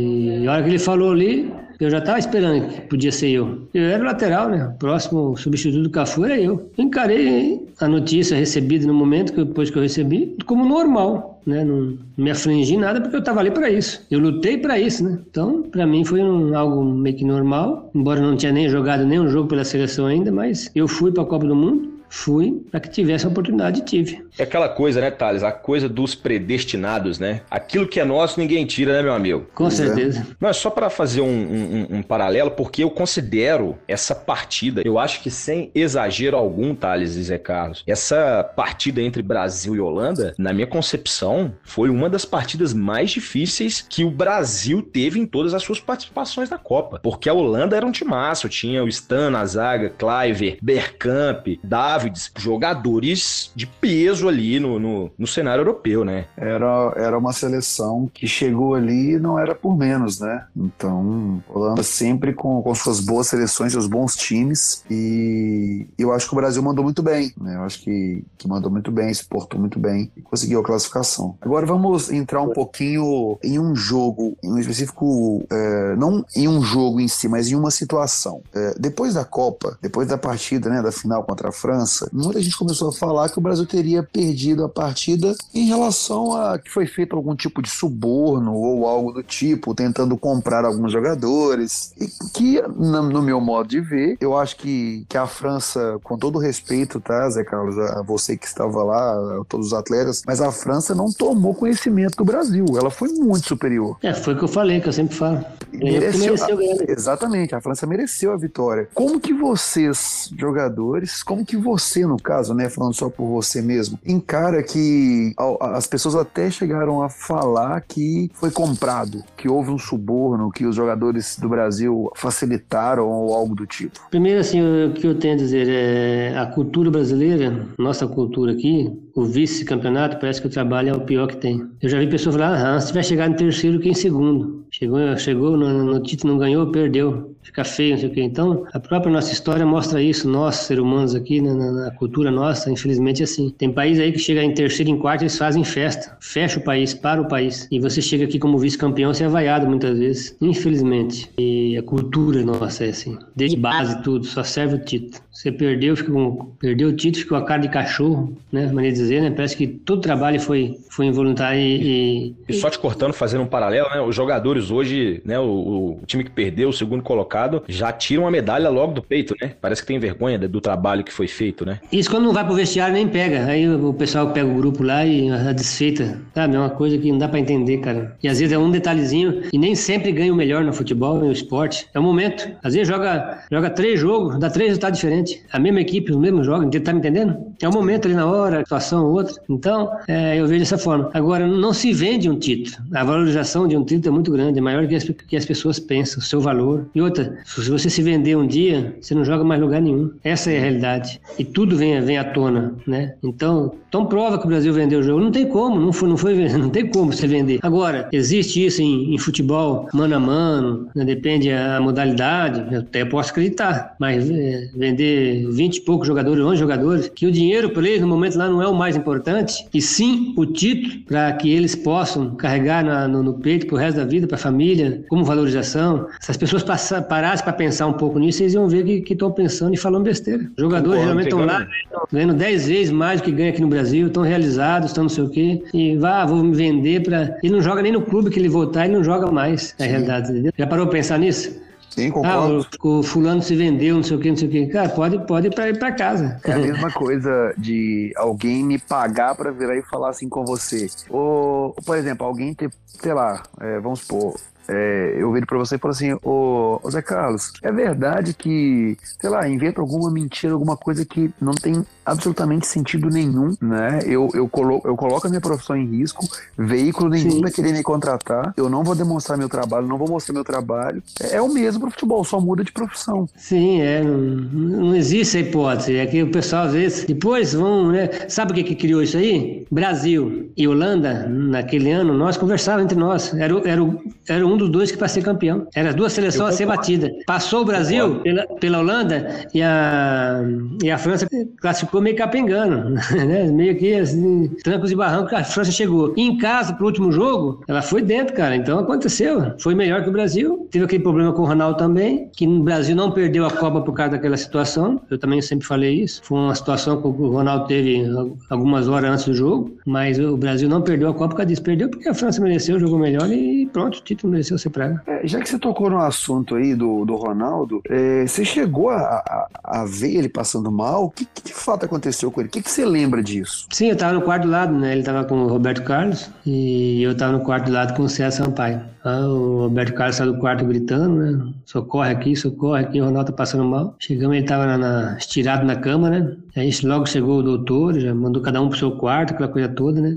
Speaker 4: E a hora que ele falou ali, eu já estava esperando que podia ser eu. Eu era o lateral, né? O próximo substituto do Cafu era eu. Eu encarei a notícia recebida no momento, que depois que eu recebi, como normal, né? Não, não me afligi em nada, porque eu estava ali para isso. Eu lutei para isso, né? Então, para mim foi um, algo meio que normal, embora eu não tinha nem jogado nenhum jogo pela seleção ainda, mas eu fui para a Copa do Mundo. Fui para que tivesse a oportunidade e tive.
Speaker 2: É aquela coisa, né, Thales? A coisa dos predestinados, né? Aquilo que é nosso ninguém tira, né, meu amigo?
Speaker 4: Com certeza.
Speaker 2: Não, é só para fazer um, um, um paralelo, porque eu considero essa partida, eu acho que sem exagero algum, Thales e Zé Carlos, essa partida entre Brasil e Holanda, na minha concepção, foi uma das partidas mais difíceis que o Brasil teve em todas as suas participações na Copa. Porque a Holanda era um timaço, tinha o Stan na zaga, Kluivert, Bergkamp, David, jogadores de peso ali no, no, no cenário europeu, né?
Speaker 3: Era, era uma seleção que chegou ali e não era por menos, né? Então, Holanda sempre com, com suas boas seleções, seus bons times, e eu acho que o Brasil mandou muito bem, né? Eu acho que, que mandou muito bem, se portou muito bem e conseguiu a classificação. Agora vamos entrar um pouquinho em um jogo, em um específico, é, não em um jogo em si, mas em uma situação. É, depois da Copa, depois da partida, né, da final contra a França, muita gente começou a falar que o Brasil teria perdido a partida em relação a que foi feito algum tipo de suborno ou algo do tipo, tentando comprar alguns jogadores, e que, no meu modo de ver, eu acho que, que a França, com todo respeito, tá, Zé Carlos, a você que estava lá, a todos os atletas, mas a França não tomou conhecimento do Brasil, ela foi muito superior.
Speaker 4: É, foi o que eu falei, que eu sempre falo.
Speaker 3: Mereceu, mereceu a, exatamente, a França mereceu a vitória. Como que vocês, jogadores, como que você, no caso, né, falando só por você mesmo, encara que as pessoas até chegaram a falar que foi comprado, que houve um suborno, que os jogadores do Brasil facilitaram ou algo do tipo?
Speaker 4: Primeiro, assim, o que eu tenho a dizer é a cultura brasileira, nossa cultura aqui, o vice-campeonato, parece que o trabalho é o pior que tem. Eu já vi pessoas falar, ah, se vai chegar em terceiro que em segundo. Chegou, chegou no, no título, não ganhou, perdeu. Fica feio, não sei o quê. Então, a própria nossa história mostra isso. Nós, seres humanos aqui, na, na, na cultura nossa, infelizmente é assim. Tem país aí que chega em terceiro e em quarto, eles fazem festa. Fecha o país, para o país. E você chega aqui como vice-campeão, você é vaiado muitas vezes. Infelizmente. E a cultura nossa é assim. Desde base tudo, só serve o título. Você perdeu, fica com, perdeu o título, fica com a cara de cachorro, né? Maneira de dizer, né? Parece que todo trabalho foi, foi involuntário e,
Speaker 2: e... E só te cortando, fazendo um paralelo, né? Os jogadores hoje, né? O, o time que perdeu, o segundo colocado, já tiram a medalha logo do peito, né? Parece que tem vergonha do trabalho que foi feito, né?
Speaker 4: Isso quando não vai pro vestiário nem pega. Aí o pessoal pega o grupo lá e a desfeita, sabe? É uma coisa que não dá pra entender, cara. E às vezes é um detalhezinho e nem sempre ganha o melhor no futebol, no esporte. É o momento. Às vezes joga, joga três jogos, dá três resultados diferentes. A mesma equipe, os mesmos jogos, tá me entendendo? É o momento ali na hora, a situação outra. Então, é, eu vejo dessa forma. Agora, não se vende um título. A valorização de um título é muito grande, é maior que as, que as pessoas pensam, o seu valor. E outra, se você se vender um dia, você não joga mais lugar nenhum. Essa é a realidade. E tudo vem, vem à tona, né? Então, então prova que o Brasil vendeu o jogo. Não tem como, não foi, não foi, não tem como você vender. Agora, existe isso em, em futebol mano a mano, né? Depende a modalidade, eu até posso acreditar, mas é, vender vinte e poucos jogadores, onze jogadores, que o dinheiro para eles no momento lá não é o mais importante, e sim o título, para que eles possam carregar na, no, no peito pro resto da vida, para a família, como valorização. Se as pessoas passar, parassem para pensar um pouco nisso, eles iam ver que estão pensando e falando besteira. Os jogadores Concordo, geralmente estão lá ganhando dez vezes mais do que ganha aqui no Brasil, estão realizados, estão não sei o quê, e vá, vou me vender para... Ele não joga nem no clube que ele voltar, ele não joga mais, na realidade, entendeu? Já parou para pensar nisso?
Speaker 3: Sim, concordo.
Speaker 4: Ah, o, o fulano se vendeu, não sei o que, não sei o que. Cara, pode, pode ir pra, ir pra casa.
Speaker 3: É a mesma coisa de alguém me pagar pra virar e falar assim com você. Ou, por exemplo, alguém ter, sei lá, é, vamos supor, é, eu viro pra você e falo assim, ô, ô Zé Carlos, é verdade que, sei lá, inventa alguma mentira, alguma coisa que não tem absolutamente sentido nenhum, né? Eu, eu, colo, eu coloco a minha profissão em risco, veículo nenhum Sim. vai querer me contratar, eu não vou demonstrar meu trabalho, não vou mostrar meu trabalho. É, é o mesmo pro futebol, só muda de profissão.
Speaker 4: Sim, é, não, não existe a hipótese, é que o pessoal às vezes, depois vão, né? Sabe o que, que criou isso aí? Brasil e Holanda, naquele ano, nós conversávamos entre nós, era, era, era um dos dois que para ser campeão, eram as duas seleções a ser batidas. Passou o Brasil pela, pela Holanda e a, e a França classificou meio capengando, né? Meio que assim, trancos e barrancos, a França chegou. E em casa, pro último jogo, ela foi dentro, cara, então aconteceu, foi melhor que o Brasil, teve aquele problema com o Ronaldo também, que no Brasil não perdeu a Copa por causa daquela situação, eu também sempre falei isso, foi uma situação que o Ronaldo teve algumas horas antes do jogo, mas o Brasil não perdeu a Copa por causa disso, perdeu porque a França mereceu, jogou melhor e pronto, o título mereceu ser praga.
Speaker 3: É, já que você tocou no assunto aí do, do Ronaldo, é, você chegou a, a, a ver ele passando mal? O que, que de fato aconteceu com ele? O que, que você lembra disso?
Speaker 4: Sim, eu tava no quarto do lado, né? Ele tava com o Roberto Carlos e eu tava no quarto do lado com o César Sampaio. Ah, o Roberto Carlos saiu do quarto gritando, né? Socorre aqui, socorre aqui, o Ronaldo tá passando mal. Chegamos, ele tava na, na, estirado na cama, né? Aí logo chegou o doutor, já mandou cada um pro seu quarto, aquela coisa toda, né?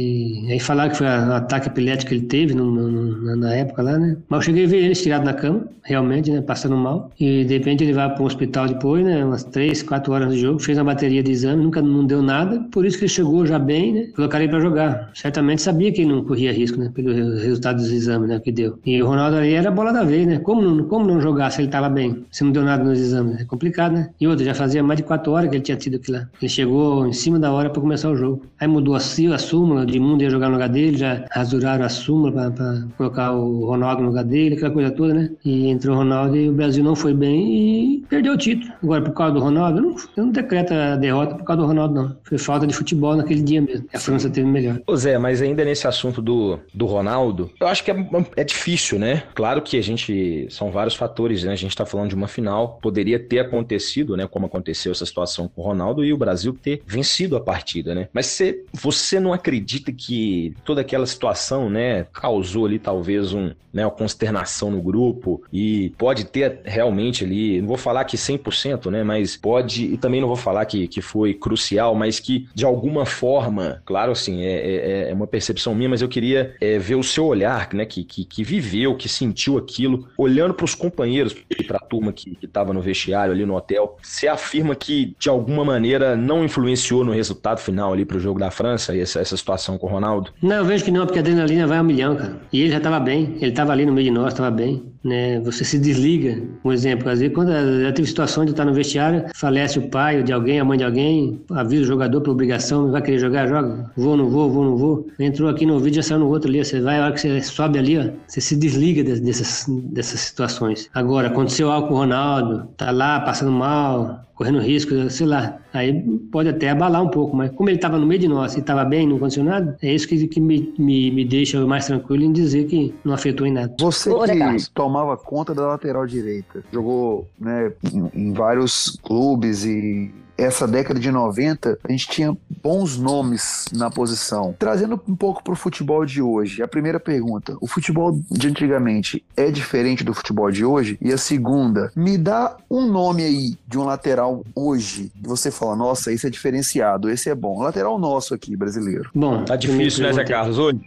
Speaker 4: E aí falaram que foi um ataque epilético que ele teve no, no, na época lá, né? Mas eu cheguei a ver ele estirado na cama, realmente, né? Passando mal. E de repente ele vai para um hospital depois, né? Umas três, quatro horas de jogo, fez uma bateria de exame, nunca não deu nada, por isso que ele chegou já bem, né? Colocaram ele pra jogar. Certamente sabia que ele não corria risco, né? Pelo resultado dos exames, né? Que deu. E o Ronaldo ali era a bola da vez, né? Como não, como não jogar se ele tava bem? Se não deu nada nos exames? É complicado, né? E outro, já fazia mais de quatro horas que ele tinha tido aquilo lá. Ele chegou em cima da hora pra começar o jogo. Aí mudou a, a súmula, o Edmundo ia jogar no lugar dele, já rasuraram a súmula pra, pra colocar o Ronaldo no lugar dele, aquela coisa toda, né? E entrou o Ronaldo e o Brasil não foi bem e perdeu o título. Agora, por causa do Ronaldo, não, não decreta a derrota por causa do Ronaldo, não. Foi falta de futebol naquele dia mesmo. A França teve melhor.
Speaker 2: Ô Zé, mas ainda nesse assunto do, do Ronaldo, eu acho que é, é difícil, né? Claro que a gente, são vários fatores, né? A gente tá falando de uma final, poderia ter acontecido, né? Como aconteceu essa situação com o Ronaldo e o Brasil ter vencido a partida, né? Mas você, você não acredita que toda aquela situação, né? Causou ali talvez um, né? Uma consternação no grupo e pode ter realmente ali, não vou falar que cem por cento, né? Mas pode, e também não vou falar que, que foi crucial, mas que de alguma forma, claro assim, é, é, é uma percepção minha, mas eu queria é, ver o seu olhar, né? Que, que, que viveu, que sentiu aquilo, olhando para os companheiros, para a turma que estava no vestiário ali no hotel, você afirma que de alguma maneira não influenciou no resultado final ali para o jogo da França e essa, essa situação com o Ronaldo?
Speaker 4: Não, eu vejo que não, porque a adrenalina vai a um milhão, cara. E ele já estava bem, ele estava ali no meio de nós, estava bem, né? Você se desliga, um exemplo, às vezes quando já teve situação de estar no vestiário, falece o pai ou de alguém, a mãe de alguém, avisa o jogador por obrigação, vai querer jogar, joga, vou, não vou, vou, não vou. Entrou aqui no vídeo, já saiu no outro ali, você vai, a hora que você sobe ali, ó, você se desliga dessas, dessas situações. Agora, aconteceu algo com o Ronaldo, tá lá passando mal, correndo risco, sei lá, aí pode até abalar um pouco, mas como ele estava no meio de nós e estava bem, não aconteceu nada, é isso que, que me, me, me deixa mais tranquilo em dizer que não afetou em nada.
Speaker 3: Você que tomava conta da lateral direita, jogou, né, em, em vários clubes e essa década de noventa, a gente tinha bons nomes na posição. Trazendo um pouco pro futebol de hoje, a primeira pergunta, o futebol de antigamente é diferente do futebol de hoje? E a segunda, me dá um nome aí de um lateral hoje, que você fala, nossa, esse é diferenciado, esse é bom. Lateral nosso aqui, brasileiro.
Speaker 4: Bom,
Speaker 2: tá difícil, né, Zé Carlos, hoje?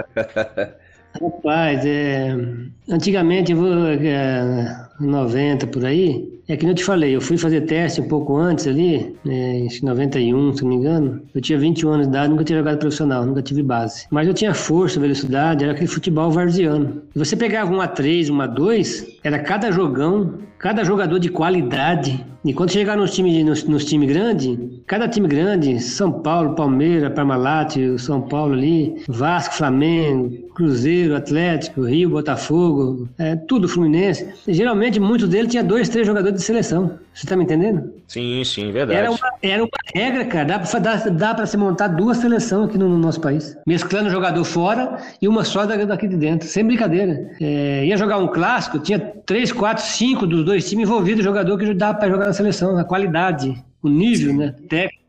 Speaker 4: Rapaz, é... antigamente, eu vou, é, noventa por aí, é que eu te falei, eu fui fazer teste um pouco antes ali, né, em noventa e um, se não me engano, eu tinha vinte e um anos de idade, nunca tinha jogado profissional, nunca tive base. Mas eu tinha força, velocidade, era aquele futebol varziano. E você pegava um a três, um a dois, era cada jogão, cada jogador de qualidade. E quando chegar nos times nos, nos time grandes, cada time grande, São Paulo, Palmeiras, Parmalat, São Paulo ali, Vasco, Flamengo, Cruzeiro, Atlético, Rio, Botafogo, é, tudo Fluminense. E, geralmente, muitos deles tinha dois, três jogadores de seleção. Você tá me entendendo?
Speaker 2: Sim, sim, verdade.
Speaker 4: Era uma, era uma regra, cara. Dá pra, dá, dá pra se montar duas seleções aqui no, no nosso país. Mesclando jogador fora e uma só daqui de dentro. Sem brincadeira. É, ia jogar um clássico, tinha três, quatro, cinco dos dois times envolvidos, jogador que dava pra jogar na seleção. A qualidade, o nível, né, técnico.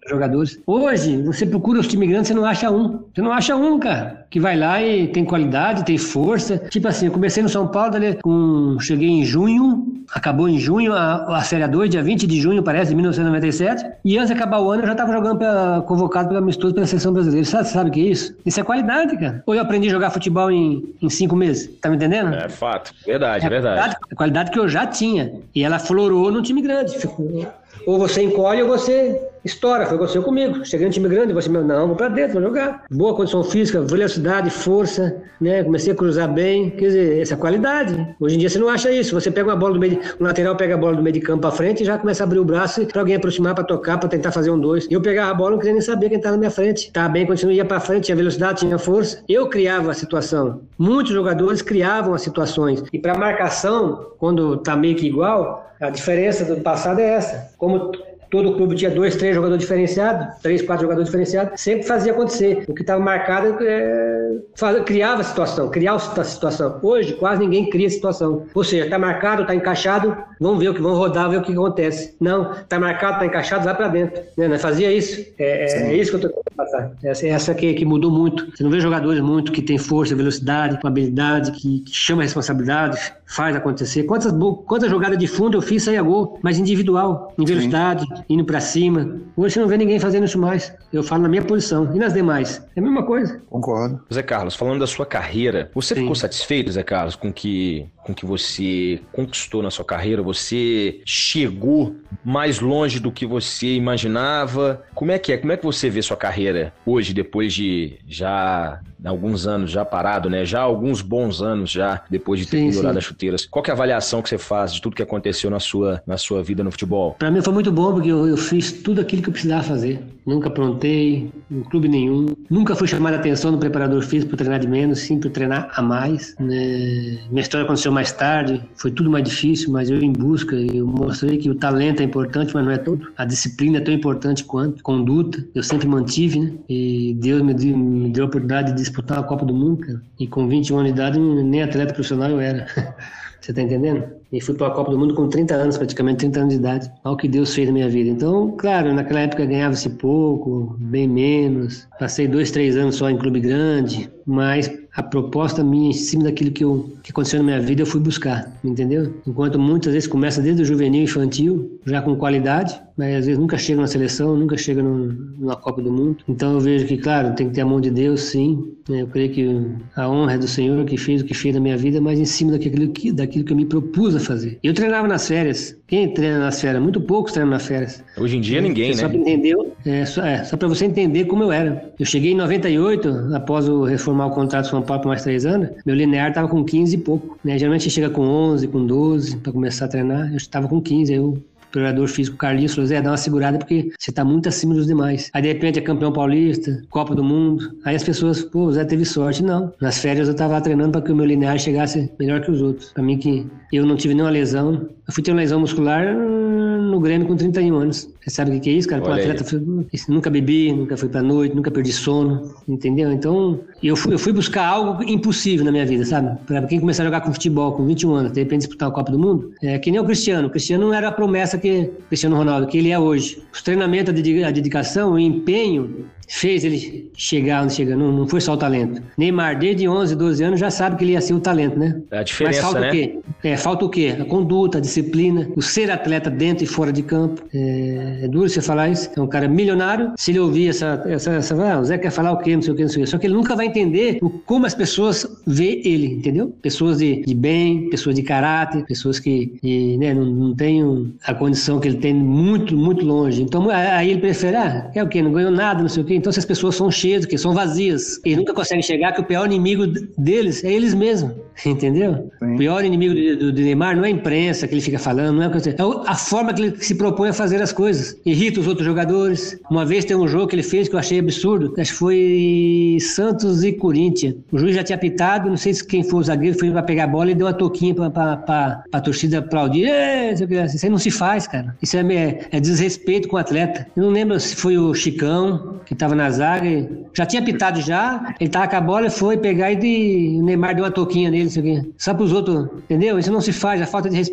Speaker 4: jogadores. Hoje, você procura os times grandes, você não acha um. Você não acha um, cara, que vai lá e tem qualidade, tem força. Tipo assim, eu comecei no São Paulo, dali, com, cheguei em junho, acabou em junho a, a Série dois, dia vinte de junho, parece, de mil novecentos e noventa e sete. E antes de acabar o ano, eu já estava jogando, pra, convocado pelo amistoso pela seleção brasileira. Sabe, sabe o que é isso? Isso é qualidade, cara. Ou eu aprendi a jogar futebol em, em cinco meses. Tá me entendendo?
Speaker 2: É fato. Verdade,
Speaker 4: é
Speaker 2: verdade.
Speaker 4: Qualidade, a qualidade que eu já tinha. E ela florou no time grande. Ficou... Ou você encolhe ou você estoura. Foi aconteceu comigo. Cheguei no time grande, você, não, vou pra dentro, vou jogar. Boa condição física, velocidade, força, né? Comecei a cruzar bem. Quer dizer, essa qualidade. Hoje em dia você não acha isso. Você pega uma bola do meio, o lateral pega a bola do meio de campo pra frente e já começa a abrir o braço pra alguém aproximar, pra tocar, pra tentar fazer um dois. E eu pegava a bola, não queria nem saber quem tava na minha frente. Tava bem, quando ia pra frente, tinha velocidade, tinha força. Eu criava a situação. Muitos jogadores criavam as situações. E pra marcação, quando tá meio que igual, a diferença do passado é essa. Como todo clube tinha dois, três jogadores diferenciados, três, quatro jogadores diferenciados, sempre fazia acontecer. O que estava marcado é, faz, criava a situação, criava a situação. Hoje, quase ninguém cria a situação. Ou seja, está marcado, está encaixado, vamos ver o que vão rodar, ver o que acontece. Não, está marcado, está encaixado, vai para dentro. Né? Não fazia isso. É, é isso que eu estou tentando passar. Essa, essa que, que mudou muito. Você não vê jogadores muito que tem força, velocidade, com habilidade, que, que chama a responsabilidade, faz acontecer. Quantas, quantas jogadas de fundo eu fiz sair a gol, mas individual, em velocidade, sim, indo pra cima. Hoje você não vê ninguém fazendo isso mais. Eu falo na minha posição. E nas demais? É a mesma coisa.
Speaker 3: Concordo.
Speaker 2: Zé Carlos, falando da sua carreira, você sim. ficou satisfeito, Zé Carlos, com que, com que você conquistou na sua carreira? Você chegou mais longe do que você imaginava? Como é que é? Como é que você vê sua carreira hoje, depois de já alguns anos já parado, né? Já alguns bons anos já, depois de ter sim, pendurado sim. as chuteiras. Qual que é a avaliação que você faz de tudo que aconteceu na sua, na sua vida no futebol?
Speaker 4: Pra mim foi muito bom, porque eu, eu fiz tudo aquilo que eu precisava fazer. Nunca aprontei em clube nenhum. Nunca fui chamado a atenção do preparador físico por treinar de menos, sim por treinar a mais. Né? Minha história aconteceu mais tarde, foi tudo mais difícil, mas eu em busca, eu mostrei que o talento é importante, mas não é tudo. A disciplina é tão importante quanto. Conduta, eu sempre mantive, né? E Deus me deu, me deu a oportunidade de disputar a Copa do Mundo, cara. E com vinte e um anos de idade, nem atleta profissional eu era. Você tá entendendo? E fui para a Copa do Mundo com trinta anos, praticamente trinta anos de idade. Olha o que Deus fez na minha vida. Então, claro, naquela época ganhava-se pouco, bem menos. Passei dois, três anos só em clube grande, mas a proposta minha, em cima daquilo que, eu, que aconteceu na minha vida, eu fui buscar, entendeu? Enquanto muitas vezes começa desde o juvenil infantil, já com qualidade, mas às vezes nunca chega na seleção, nunca chega no, numa Copa do Mundo. Então eu vejo que, claro, tem que ter a mão de Deus, sim. Eu creio que a honra é do Senhor que fez o que fez na minha vida, mas em cima daquilo que, daquilo que eu me propus a fazer. Eu treinava nas férias. Quem treina nas férias? Muito poucos treinam nas férias.
Speaker 2: Hoje em dia ninguém,
Speaker 4: só
Speaker 2: né?
Speaker 4: Pra entender, é, só, é, só para você entender como eu era. Eu cheguei em noventa e oito, após o reformar o contrato com São Paulo por mais três anos, meu linear estava com quinze e pouco. Né? Geralmente chega com onze, com doze, para começar a treinar. Eu estava com quinze, aí eu... O preparador físico Carlinhos falou, Zé, dá uma segurada porque você tá muito acima dos demais. Aí de repente é campeão paulista, Copa do Mundo. Aí as pessoas, pô, o Zé teve sorte. Não. Nas férias eu tava treinando para que o meu linear chegasse melhor que os outros. Pra mim que eu não tive nenhuma lesão. Eu fui ter uma lesão muscular no Grêmio com trinta e um anos. Você sabe o que é isso, cara? Para um atleta, nunca bebi, nunca fui pra noite, nunca perdi sono, entendeu? Então, eu fui, eu fui buscar algo impossível na minha vida, sabe? Pra quem começar a jogar com futebol com vinte e um anos, de repente disputar a Copa do Mundo, é que nem o Cristiano. O Cristiano não era a promessa que Cristiano Ronaldo, que ele é hoje. Os treinamentos, a dedicação, o empenho fez ele chegar onde chega, não, não foi só o talento. Neymar, desde onze, doze anos, já sabe que ele ia ser o talento, né?
Speaker 2: É a diferença,
Speaker 4: mas falta
Speaker 2: né?
Speaker 4: o quê? É, falta o quê? A conduta, a disciplina, o ser atleta dentro e fora de campo. É, é duro você falar isso. É um cara milionário. Se ele ouvir essa... essa, essa ah, o Zé quer falar o quê? Não sei o quê, não sei o quê. Só que ele nunca vai entender o, como as pessoas vê ele, entendeu? Pessoas de, de bem, pessoas de caráter, pessoas que, que né, não, não têm a condição que ele tem muito, muito longe. Então, aí ele prefere, ah, é o quê? Não ganhou nada, não sei o quê. Então, se as pessoas são cheias, que são vazias, eles nunca conseguem chegar que o pior inimigo deles é eles mesmos, entendeu? Sim. O pior inimigo do, do Neymar não é a imprensa que ele fica falando, não é a forma que ele se propõe a fazer as coisas. Irrita os outros jogadores. Uma vez tem um jogo que ele fez que eu achei absurdo, acho que foi Santos e Corinthians. O juiz já tinha apitado, não sei se quem foi o zagueiro, foi pra pegar a bola e deu uma toquinha pra, pra, pra, pra torcida aplaudir. Isso aí não se faz, cara. Isso é, é desrespeito com o atleta. Eu não lembro se foi o Chicão, que tava na zaga, já tinha pitado já, ele tava com a bola, foi pegar e de, o Neymar deu uma toquinha nele, isso aqui. Só pros outros, entendeu? Isso não se faz, a falta de respeito, isso é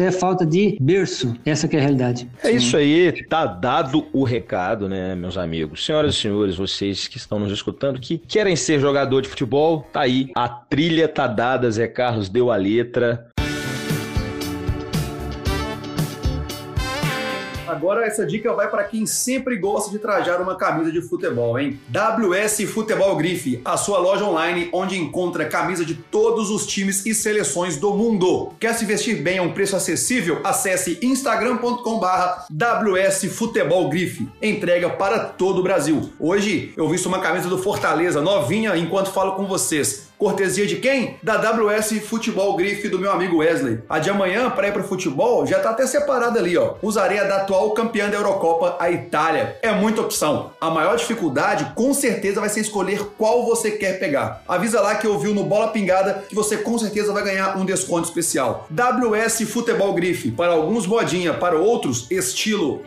Speaker 4: é falta de berço. Essa que é a realidade.
Speaker 2: É isso aí, tá dado o recado, né, meus amigos. Senhoras e senhores, vocês que estão nos escutando, que querem ser jogador de futebol, tá aí. A trilha tá dada, Zé Carlos deu a letra.
Speaker 7: Agora essa dica vai para quem sempre gosta de trajar uma camisa de futebol, hein? W S Futebol Grife, a sua loja online onde encontra camisa de todos os times e seleções do mundo. Quer se vestir bem a um preço acessível? Acesse instagram ponto com barra W S Futebol Grife. Entrega para todo o Brasil. Hoje eu visto uma camisa do Fortaleza, novinha, enquanto falo com vocês. Cortesia de quem? Da W S Futebol Grife do meu amigo Wesley. A de amanhã, para ir para o futebol, já tá até separada ali, ó. Usarei a da atual campeã da Eurocopa, a Itália. É muita opção. A maior dificuldade, com certeza, vai ser escolher qual você quer pegar. Avisa lá que eu vi no Bola Pingada que você com certeza vai ganhar um desconto especial. W S Futebol Grife. Para alguns modinha, para outros, estilo.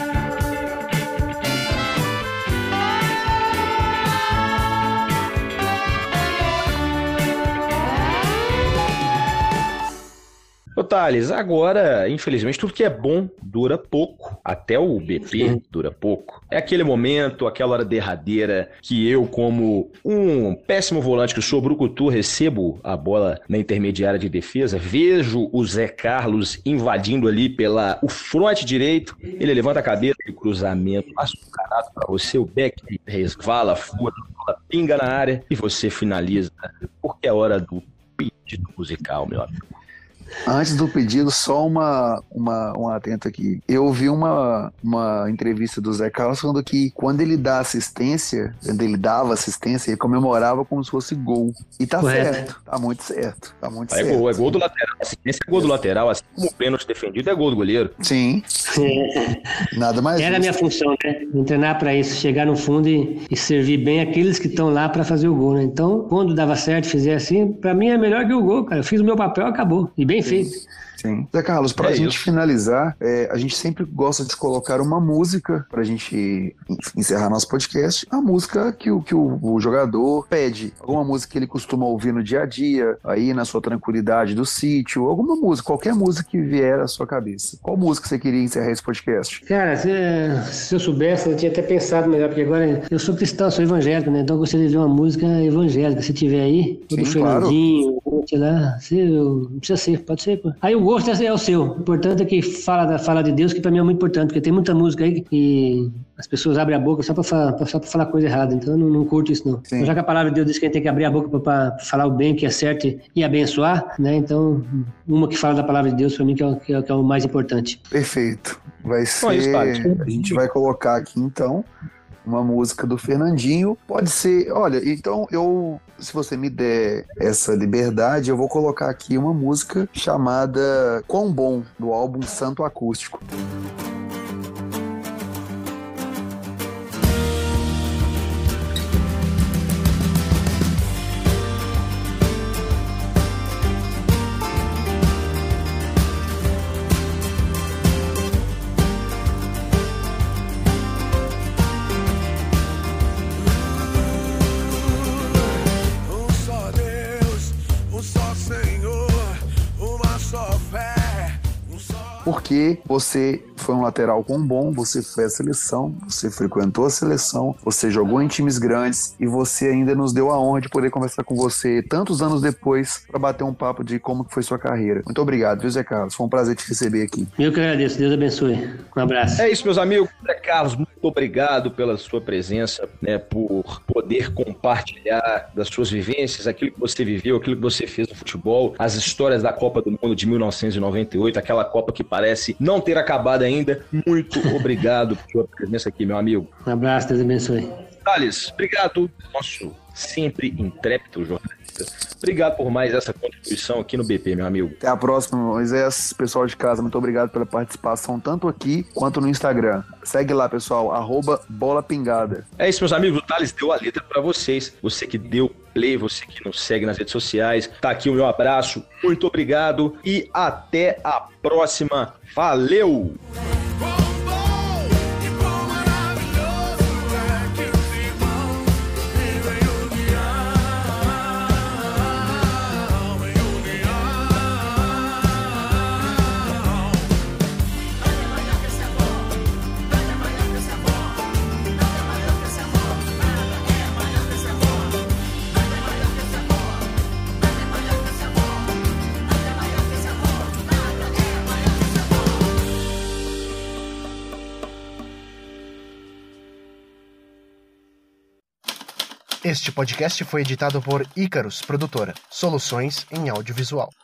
Speaker 2: Ô Thales, agora, infelizmente, tudo que é bom dura pouco. Até o B P dura pouco. É aquele momento, aquela hora derradeira que eu, como um péssimo volante que sou brucutu, recebo a bola na intermediária de defesa, vejo o Zé Carlos invadindo ali pela o fronte direito, ele levanta a cabeça de cruzamento, açucarado para você, o back resvala, fura, pinga na área e você finaliza, porque é hora do pedido musical, meu amigo.
Speaker 3: Antes do pedido, só uma, uma, um atento aqui. Eu vi uma, uma entrevista do Zé Carlos falando que quando ele dá assistência, quando ele dava assistência, ele comemorava como se fosse gol. E tá
Speaker 4: Correto.
Speaker 3: certo, tá muito certo, tá muito
Speaker 2: É
Speaker 3: certo.
Speaker 2: gol, é gol do lateral. Assistência é gol do lateral, assim como o pênalti defendido é gol do goleiro.
Speaker 3: Sim, nada mais
Speaker 4: Era a minha
Speaker 3: justo.
Speaker 4: função, né? Me treinar para isso, chegar no fundo e, e servir bem aqueles que estão lá para fazer o gol, né? Então, quando dava certo, fizer assim, para mim é melhor que o gol, cara. Eu fiz o meu papel, acabou. E bem feito.
Speaker 3: Sim. Zé Carlos, pra
Speaker 2: É
Speaker 3: gente
Speaker 2: isso.
Speaker 3: finalizar, é, a gente sempre gosta de colocar uma música pra gente encerrar nosso podcast. A música que, o, que o, o jogador pede. Alguma música que ele costuma ouvir no dia a dia, aí na sua tranquilidade do sítio. Alguma música, qualquer música que vier à sua cabeça. Qual música você queria encerrar esse podcast?
Speaker 4: Cara, se, se eu soubesse, eu tinha até pensado melhor, porque agora eu sou cristão, sou evangélico, né? Então eu gostaria de ver uma música evangélica. Se tiver aí,
Speaker 3: Sim,
Speaker 4: do Fernandinho, sei lá, se, eu, não precisa ser, pode ser. Pô. Aí o gosto é o seu. O importante é que fala, da, fala de Deus, que pra mim é muito importante, porque tem muita música aí e as pessoas abrem a boca só pra falar, só pra falar coisa errada. Então eu não, não curto isso, não. Então, já que a palavra de Deus diz que a gente tem que abrir a boca pra, pra falar o bem, que é certo e abençoar, né? Então, uma que fala da palavra de Deus, pra mim, que é o, que é, que é o mais importante.
Speaker 3: Perfeito. Vai ser...
Speaker 2: Bom, isso, Thales.
Speaker 3: A gente vai colocar aqui, então, uma música do Fernandinho. Pode ser... Olha, então eu... Se você me der essa liberdade, eu vou colocar aqui uma música chamada Quão Bom, do álbum Santo Acústico. Porque você foi um lateral com bom, você foi à seleção, você frequentou a seleção, você jogou em times grandes e você ainda nos deu a honra de poder conversar com você tantos anos depois para bater um papo de como que foi sua carreira. Muito obrigado, viu, Zé Carlos? Foi um prazer te receber aqui.
Speaker 4: Eu que agradeço. Deus abençoe. Um abraço.
Speaker 2: É isso, meus amigos. Zé Carlos, muito obrigado pela sua presença, né, por poder compartilhar das suas vivências, aquilo que você viveu, aquilo que você fez no futebol, as histórias da Copa do Mundo de mil novecentos e noventa e oito, aquela Copa que parece não ter acabado ainda. Muito obrigado por sua presença aqui, meu amigo.
Speaker 4: Um abraço, Deus abençoe.
Speaker 2: Thales, obrigado, nosso sempre intrépido jornalista. Obrigado por mais essa contribuição aqui no B P, meu amigo.
Speaker 3: Até a próxima, Moisés. Pessoal de casa, muito obrigado pela participação, tanto aqui quanto no Instagram. Segue lá, pessoal, arroba Bola Pingada.
Speaker 2: É isso, meus amigos. O Thales deu a letra pra vocês. Você que deu play, você que nos segue nas redes sociais. Tá aqui o meu abraço. Muito obrigado e até a próxima. Valeu!
Speaker 8: Este podcast foi editado por Ícaros Produtora, soluções em audiovisual.